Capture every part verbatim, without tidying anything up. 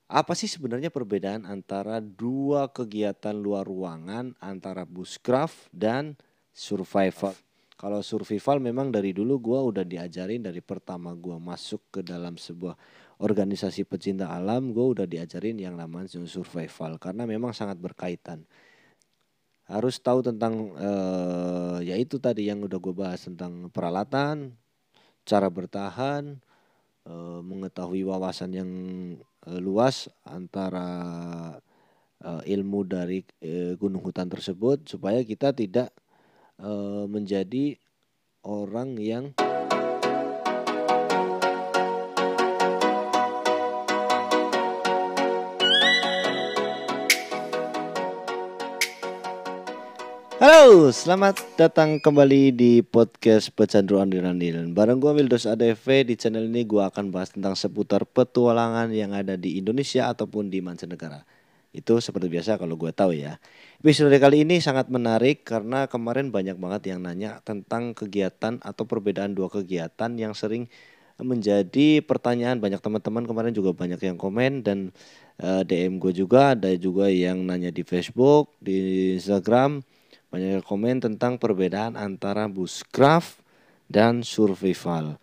Apa sih sebenarnya perbedaan antara dua kegiatan luar ruangan antara bushcraft dan survival? Kalau survival memang dari dulu gua udah diajarin dari pertama gua masuk ke dalam sebuah organisasi pecinta alam, gua udah diajarin yang namanya survival karena memang sangat berkaitan. Harus tahu tentang eh, ya itu tadi yang udah gue bahas tentang peralatan, cara bertahan, eh, mengetahui wawasan yang eh, luas antara eh, ilmu dari eh, gunung hutan tersebut supaya kita tidak eh, menjadi orang yang. Halo, selamat datang kembali di podcast Pecandu Andil Andil. Bareng gue Wildos A D V. Di channel ini gue akan bahas tentang seputar petualangan yang ada di Indonesia ataupun di mancanegara. Itu seperti biasa kalau gue tahu ya. Episode kali ini sangat menarik karena kemarin banyak banget yang nanya tentang kegiatan atau perbedaan dua kegiatan yang sering menjadi pertanyaan banyak teman-teman. Kemarin juga banyak yang komen dan uh, D M gue juga, ada juga yang nanya di Facebook, di Instagram. Banyak yang komen tentang perbedaan antara bushcraft dan survival.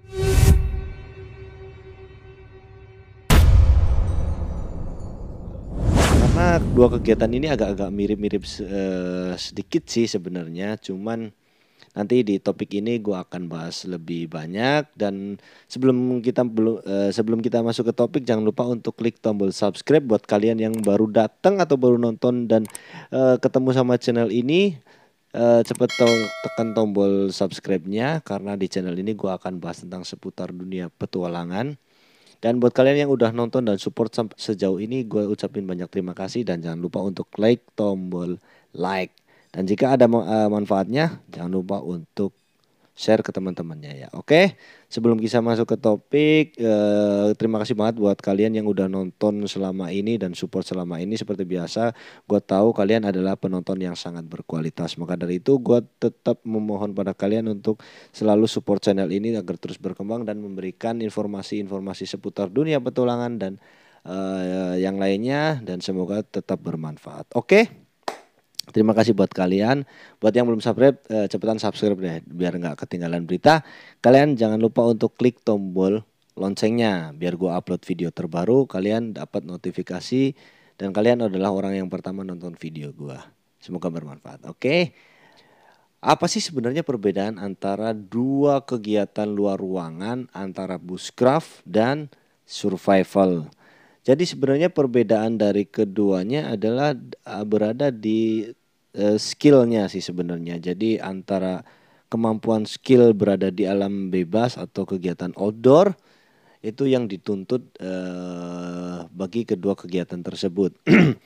Karena dua kegiatan ini agak-agak mirip-mirip uh, sedikit sih sebenarnya, cuman nanti di topik ini gue akan bahas lebih banyak. Dan sebelum kita belum uh, sebelum kita masuk ke topik, jangan lupa untuk klik tombol subscribe buat kalian yang baru datang atau baru nonton dan uh, ketemu sama channel ini. Uh, cepet to- tekan tombol subscribe-nya karena di channel ini gue akan bahas tentang seputar dunia petualangan. Dan buat kalian yang udah nonton dan support sampai sejauh ini, gue ucapin banyak terima kasih dan jangan lupa untuk klik tombol like. Dan jika ada uh, manfaatnya, jangan lupa untuk share ke teman-temannya ya. Oke, sebelum kita masuk ke topik, eh, terima kasih banget buat kalian yang udah nonton selama ini dan support selama ini. Seperti biasa, gue tahu kalian adalah penonton yang sangat berkualitas. Maka dari itu, gue tetap memohon pada kalian untuk selalu support channel ini agar terus berkembang dan memberikan informasi-informasi seputar dunia petualangan dan eh, yang lainnya. Dan semoga tetap bermanfaat. Oke. Terima kasih buat kalian. Buat yang belum subscribe, eh, cepetan subscribe deh biar nggak ketinggalan berita. Kalian jangan lupa untuk klik tombol loncengnya biar gua upload video terbaru. Kalian dapat notifikasi dan kalian adalah orang yang pertama nonton video gua. Semoga bermanfaat. Oke. Apa sih sebenarnya perbedaan antara dua kegiatan luar ruangan antara bushcraft dan survival? Jadi sebenarnya perbedaan dari keduanya adalah uh, berada di uh, skillnya sih sebenarnya. Jadi antara kemampuan skill berada di alam bebas atau kegiatan outdoor itu yang dituntut uh, bagi kedua kegiatan tersebut.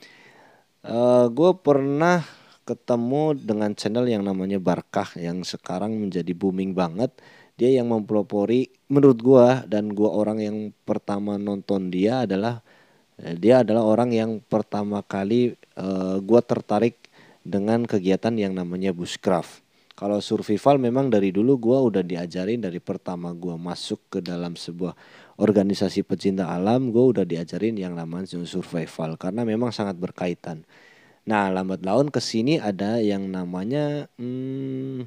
uh, gue pernah ketemu dengan channel yang namanya Barkah yang sekarang menjadi booming banget. Dia yang mempelopori menurut gua dan gua orang yang pertama nonton dia adalah Eh, Dia adalah orang yang pertama kali eh, gue tertarik dengan kegiatan yang namanya bushcraft. Kalau survival memang dari dulu gue udah diajarin dari pertama gue masuk ke dalam sebuah organisasi pecinta alam, gue udah diajarin yang namanya survival karena memang sangat berkaitan. Nah, lambat laun ke sini ada yang namanya hmm,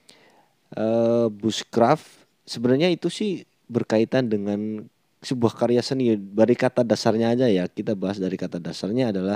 eh, bushcraft. Sebenarnya itu sih berkaitan dengan sebuah karya seni. Dari kata dasarnya aja ya, kita bahas dari kata dasarnya adalah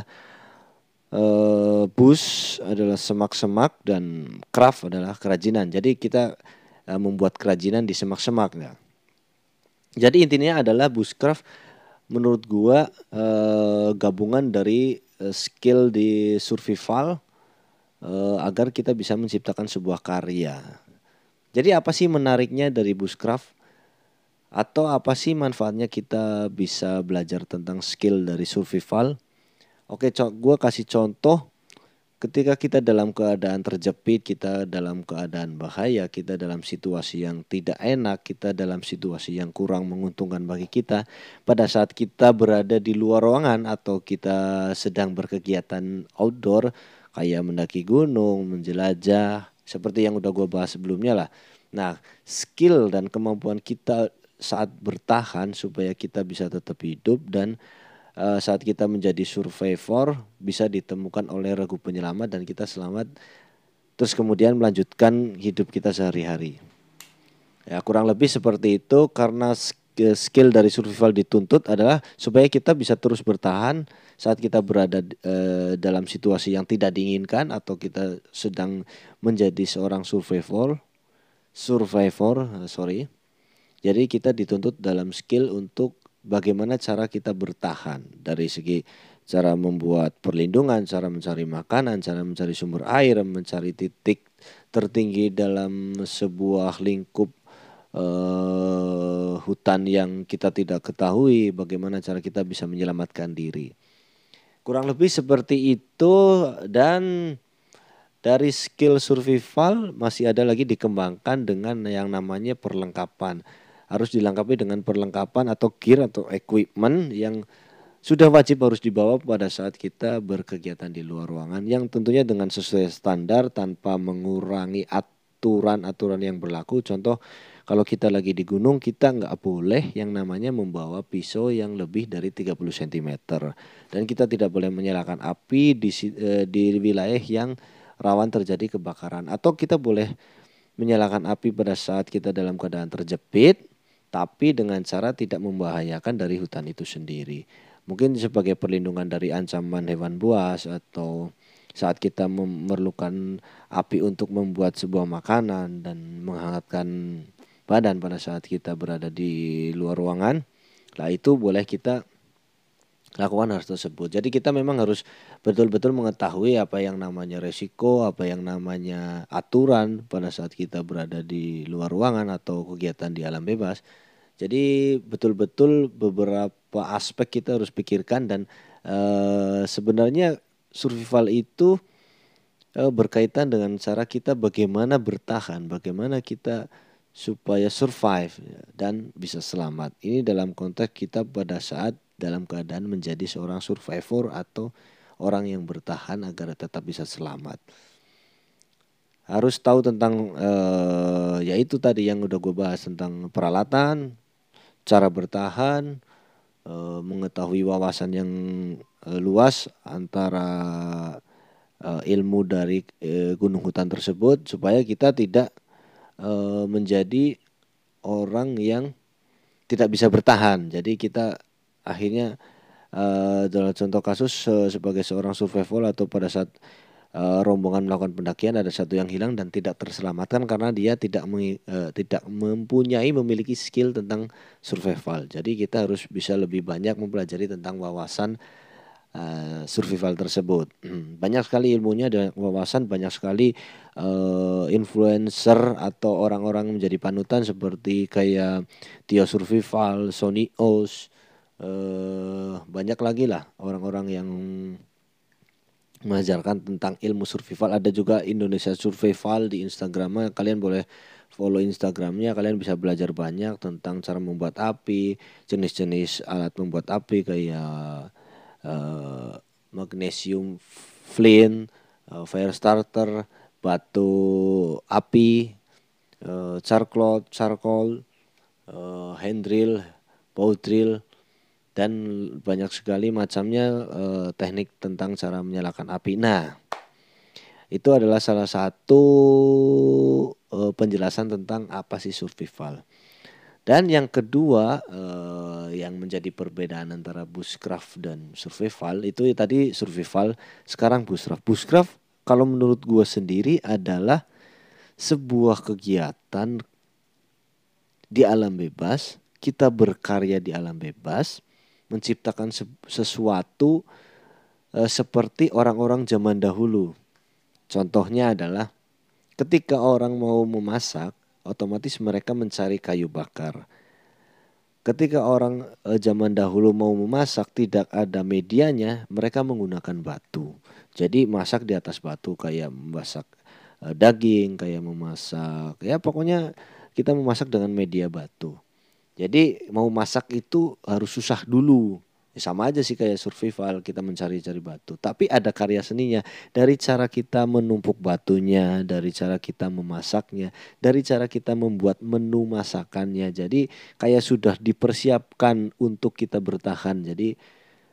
eh, bush adalah semak-semak dan craft adalah kerajinan. Jadi kita eh, membuat kerajinan di semak-semak ya. Jadi intinya adalah bushcraft menurut gua eh, gabungan dari eh, skill di survival eh, agar kita bisa menciptakan sebuah karya. Jadi apa sih menariknya dari bushcraft? Atau apa sih manfaatnya kita bisa belajar tentang skill dari survival? Oke, co- gue kasih contoh ketika kita dalam keadaan terjepit, kita dalam keadaan bahaya, kita dalam situasi yang tidak enak, kita dalam situasi yang kurang menguntungkan bagi kita. Pada saat kita berada di luar ruangan atau kita sedang berkegiatan outdoor, kayak mendaki gunung, menjelajah, seperti yang udah gue bahas sebelumnya lah. Nah, skill dan kemampuan kita saat bertahan supaya kita bisa tetap hidup dan uh, saat kita menjadi survivor bisa ditemukan oleh regu penyelamat dan kita selamat terus kemudian melanjutkan hidup kita sehari-hari. Ya kurang lebih seperti itu karena skill dari survival dituntut adalah supaya kita bisa terus bertahan saat kita berada uh, dalam situasi yang tidak diinginkan atau kita sedang menjadi seorang survivor, survivor, uh, sorry. Jadi kita dituntut dalam skill untuk bagaimana cara kita bertahan dari segi cara membuat perlindungan, cara mencari makanan, cara mencari sumber air, mencari titik tertinggi dalam sebuah lingkup uh, hutan yang kita tidak ketahui, bagaimana cara kita bisa menyelamatkan diri. Kurang lebih seperti itu dan dari skill survival masih ada lagi dikembangkan dengan yang namanya perlengkapan. Harus dilengkapi dengan perlengkapan atau gear atau equipment yang sudah wajib harus dibawa pada saat kita berkegiatan di luar ruangan yang tentunya dengan sesuai standar tanpa mengurangi aturan-aturan yang berlaku. Contoh kalau kita lagi di gunung kita nggak boleh yang namanya membawa pisau yang lebih dari tiga puluh sentimeter dan kita tidak boleh menyalakan api di, di wilayah yang rawan terjadi kebakaran atau kita boleh menyalakan api pada saat kita dalam keadaan terjepit tapi dengan cara tidak membahayakan dari hutan itu sendiri. Mungkin sebagai perlindungan dari ancaman hewan buas atau saat kita memerlukan api untuk membuat sebuah makanan dan menghangatkan badan pada saat kita berada di luar ruangan. Lah itu boleh kita lakukan hal tersebut. Jadi kita memang harus betul-betul mengetahui apa yang namanya resiko, apa yang namanya aturan pada saat kita berada di luar ruangan atau kegiatan di alam bebas. Jadi betul-betul beberapa aspek kita harus pikirkan dan uh, sebenarnya survival itu uh, berkaitan dengan cara kita bagaimana bertahan, bagaimana kita supaya survive dan bisa selamat. Ini dalam konteks kita pada saat dalam keadaan menjadi seorang survivor atau orang yang bertahan agar tetap bisa selamat. Harus tahu tentang uh, yaitu tadi yang udah gue bahas tentang peralatan, cara bertahan, e, mengetahui wawasan yang e, luas antara e, ilmu dari e, gunung hutan tersebut supaya kita tidak e, menjadi orang yang tidak bisa bertahan. Jadi kita akhirnya e, dalam contoh kasus e, sebagai seorang survival atau pada saat Uh, rombongan melakukan pendakian ada satu yang hilang dan tidak terselamatkan karena dia tidak me, uh, tidak mempunyai memiliki skill tentang survival. Jadi kita harus bisa lebih banyak mempelajari tentang wawasan uh, survival tersebut. Banyak sekali ilmunya dan wawasan, banyak sekali uh, influencer atau orang-orang menjadi panutan seperti kayak Tio Survival, Sony Oz, uh, banyak lagi lah orang-orang yang mengajarkan tentang ilmu survival. Ada juga Indonesia Survival di Instagramnya, kalian boleh follow Instagramnya, kalian bisa belajar banyak tentang cara membuat api, jenis-jenis alat membuat api kayak uh, magnesium flint, uh, fire starter, batu api, uh, charcoal, charcoal, uh, hand drill, bow drill, dan banyak sekali macamnya eh, teknik tentang cara menyalakan api. Nah, itu adalah salah satu eh, penjelasan tentang apa sih survival. Dan yang kedua eh, yang menjadi perbedaan antara bushcraft dan survival itu ya, tadi survival, sekarang bushcraft. Bushcraft kalau menurut gue sendiri adalah sebuah kegiatan di alam bebas, kita berkarya di alam bebas, menciptakan sesuatu e, seperti orang-orang zaman dahulu. Contohnya adalah ketika orang mau memasak, otomatis mereka mencari kayu bakar. Ketika orang e, zaman dahulu mau memasak tidak ada medianya, mereka menggunakan batu. Jadi masak di atas batu kayak memasak e, daging, kayak memasak, ya pokoknya kita memasak dengan media batu. Jadi mau masak itu harus susah dulu. Ya sama aja sih kayak survival, kita mencari-cari batu. Tapi ada karya seninya. Dari cara kita menumpuk batunya, dari cara kita memasaknya, dari cara kita membuat menu masakannya. Jadi kayak sudah dipersiapkan untuk kita bertahan. Jadi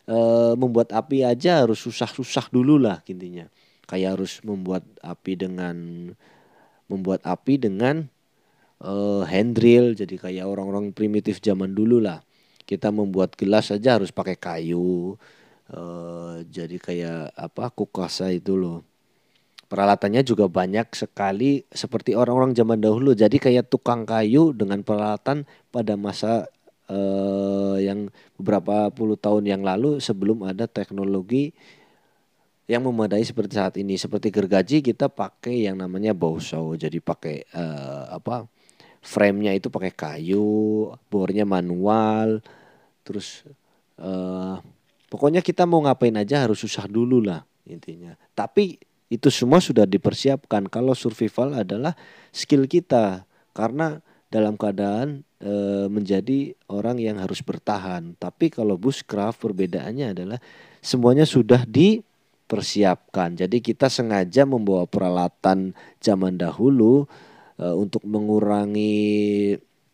eh, membuat api aja harus susah-susah dulu lah intinya. Kayak harus membuat api dengan membuat api dengan eh, hand drill, jadi kayak orang-orang primitif zaman dulu lah. Kita membuat gelas aja harus pakai kayu. eh, jadi kayak apa kukasa itu loh. Peralatannya juga banyak sekali seperti orang-orang zaman dahulu. Jadi kayak tukang kayu dengan peralatan pada masa eh, yang beberapa puluh tahun yang lalu sebelum ada teknologi yang memadai seperti saat ini. Seperti gergaji kita pakai yang namanya bawsau. Jadi pakai eh, apa frame-nya itu pakai kayu, bornya manual. Terus eh, pokoknya kita mau ngapain aja harus susah dulu lah intinya. Tapi itu semua sudah dipersiapkan. Kalau survival adalah skill kita karena dalam keadaan eh, menjadi orang yang harus bertahan. Tapi kalau bushcraft perbedaannya adalah semuanya sudah dipersiapkan. Jadi kita sengaja membawa peralatan zaman dahulu eh, untuk mengurangi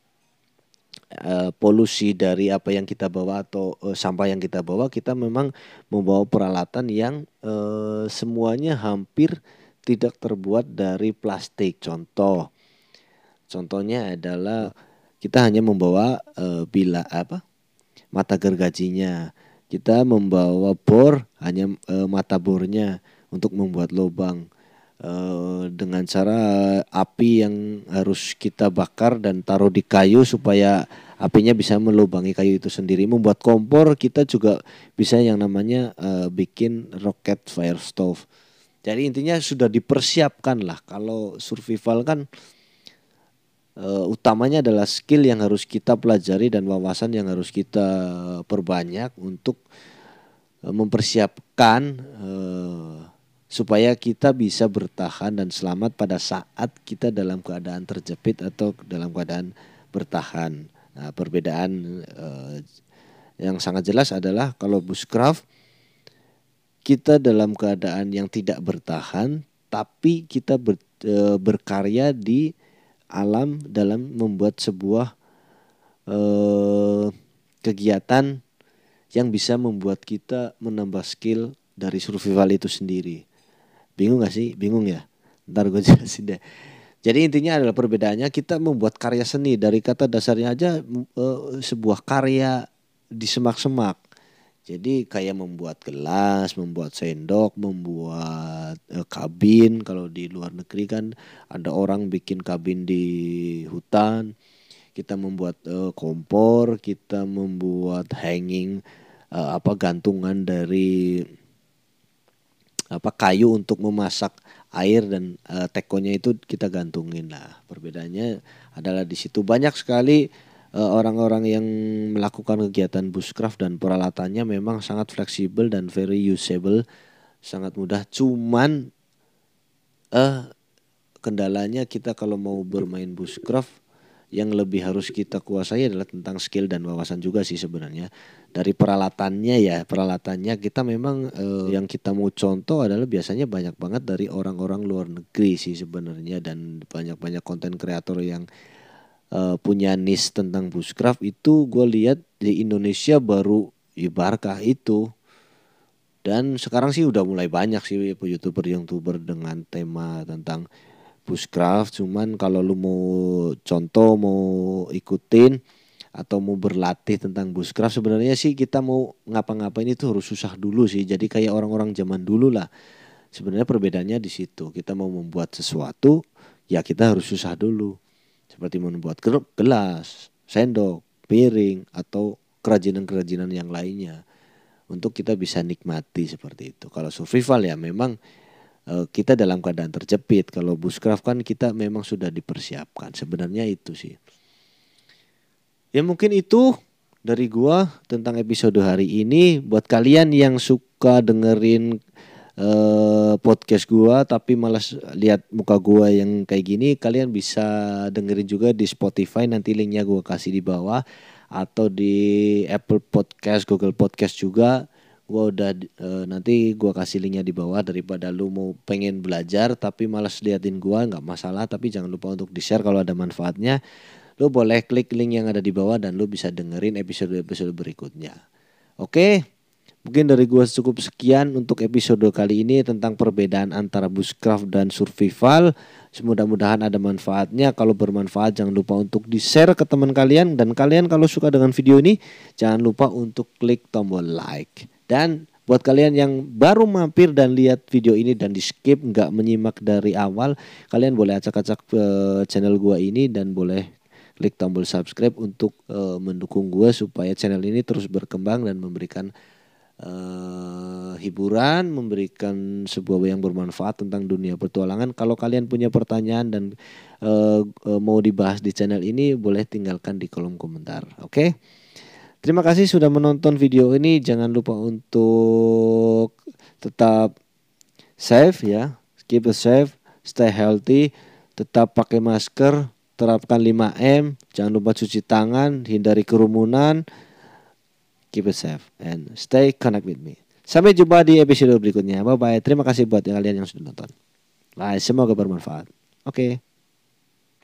eh, polusi dari apa yang kita bawa atau eh, sampah yang kita bawa. Kita memang membawa peralatan yang eh, semuanya hampir tidak terbuat dari plastik. Contoh, contohnya adalah kita hanya membawa eh, bila apa mata gergajinya. Kita membawa bor hanya eh, mata bornya untuk membuat lubang. Eh, dengan cara api yang harus kita bakar dan taruh di kayu supaya apinya bisa melubangi kayu itu sendiri. Membuat kompor kita juga bisa yang namanya eh, bikin rocket fire stove. Jadi intinya sudah dipersiapkan lah. Kalau survival kan eh, utamanya adalah skill yang harus kita pelajari dan wawasan yang harus kita perbanyak untuk eh, mempersiapkan eh, supaya kita bisa bertahan dan selamat pada saat kita dalam keadaan terjepit atau dalam keadaan bertahan. Nah, perbedaan eh, yang sangat jelas adalah kalau bushcraft kita dalam keadaan yang tidak bertahan, tapi kita ber, eh, berkarya di alam dalam membuat sebuah eh, kegiatan yang bisa membuat kita menambah skill dari survival itu sendiri. Bingung gak sih? Bingung ya? Ntar gue jelasin deh. Jadi intinya adalah perbedaannya kita membuat karya seni. Dari kata dasarnya aja uh, sebuah karya di semak-semak. Jadi kayak membuat gelas, membuat sendok, membuat uh, kabin. Kalau di luar negeri kan ada orang bikin kabin di hutan. Kita membuat uh, kompor, kita membuat hanging uh, apa gantungan dari apa kayu untuk memasak air dan uh, tekonya itu kita gantungin lah. Perbedaannya adalah di situ banyak sekali uh, orang-orang yang melakukan kegiatan bushcraft dan peralatannya memang sangat fleksibel dan very usable, sangat mudah. Cuman uh, kendalanya kita kalau mau bermain bushcraft yang lebih harus kita kuasai adalah tentang skill dan wawasan juga sih sebenarnya. Dari peralatannya ya, peralatannya kita memang eh, yang kita mau contoh adalah biasanya banyak banget dari orang-orang luar negeri sih sebenarnya dan banyak-banyak konten kreator yang eh, punya niche tentang bushcraft itu gue lihat di Indonesia baru Ibarkah itu. Dan sekarang sih udah mulai banyak sih YouTuber-YouTuber dengan tema tentang bushcraft. Cuman kalau lu mau contoh, mau ikutin atau mau berlatih tentang bushcraft, sebenarnya sih kita mau ngapa-ngapain itu harus susah dulu sih. Jadi kayak orang-orang zaman dulu lah. Sebenarnya perbedaannya di situ. Kita mau membuat sesuatu, ya kita harus susah dulu. Seperti membuat gelas, sendok, piring atau kerajinan-kerajinan yang lainnya. Untuk kita bisa nikmati seperti itu. Kalau survival ya memang kita dalam keadaan terjepit. Kalau bushcraft kan kita memang sudah dipersiapkan. Sebenarnya itu sih. Ya mungkin itu dari gua tentang episode hari ini. Buat kalian yang suka dengerin eh, podcast gua tapi malas lihat muka gua yang kayak gini, kalian bisa dengerin juga di Spotify. Nanti linknya gua kasih di bawah. Atau di Apple Podcast, Google Podcast juga. Gua udah e, nanti gua kasih linknya di bawah. Daripada lu mau pengen belajar tapi malas liatin gua, nggak masalah, tapi jangan lupa untuk di share kalau ada manfaatnya. Lu boleh klik link yang ada di bawah dan lu bisa dengerin episode-episode berikutnya. Oke, Mungkin dari gua cukup sekian untuk episode kali ini tentang perbedaan antara bushcraft dan survival. Mudah-mudahan ada manfaatnya. Kalau bermanfaat jangan lupa untuk di-share ke teman kalian. Dan kalian kalau suka dengan video ini jangan lupa untuk klik tombol like. Dan buat kalian yang baru mampir dan lihat video ini dan di skip nggak menyimak dari awal, kalian boleh acak-acak uh, channel gua ini dan boleh klik tombol subscribe untuk uh, mendukung gua supaya channel ini terus berkembang dan memberikan Uh, hiburan, memberikan sebuah yang bermanfaat tentang dunia petualangan. Kalau kalian punya pertanyaan dan uh, uh, mau dibahas di channel ini, boleh tinggalkan di kolom komentar. Oke, okay? Terima kasih sudah menonton video ini. Jangan lupa untuk tetap safe ya, keep it safe, stay healthy, tetap pakai masker, terapkan lima M, jangan lupa cuci tangan, hindari kerumunan. Keep it safe and stay connect with me. Sampai jumpa di episode berikutnya. Bye bye. Terima kasih buat kalian yang sudah nonton. Bye. Semoga bermanfaat. Oke. Okay.